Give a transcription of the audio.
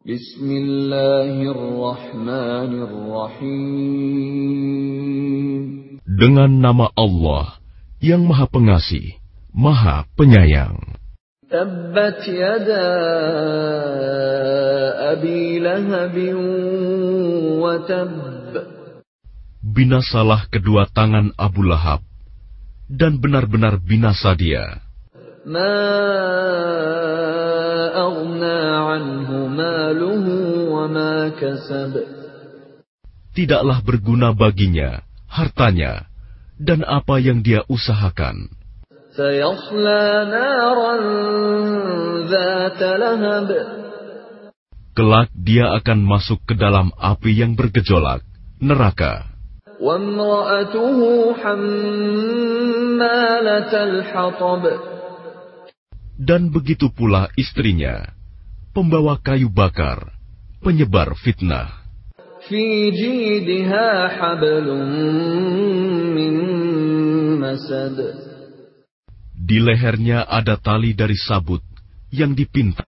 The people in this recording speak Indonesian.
Bismillahirrahmanirrahim. Dengan nama Allah yang Maha Pengasih, Maha Penyayang. Tabbat yada Abi Lahab wa tabb. Binasalah kedua tangan Abu Lahab, dan benar-benar binasa dia. Ma aghna anhu maluhu wa ma kasab. Tidaklah berguna baginya hartanya dan apa yang dia usahakan. Sayasla naran dzata lahab. Kelak dia akan masuk ke dalam api yang bergejolak, neraka. Wa imra'atuhu hammalatal hatab. Dan begitu pula istrinya, pembawa kayu bakar, penyebar fitnah. Fi jidha hablum min masad. Di lehernya ada tali dari sabut yang dipintal.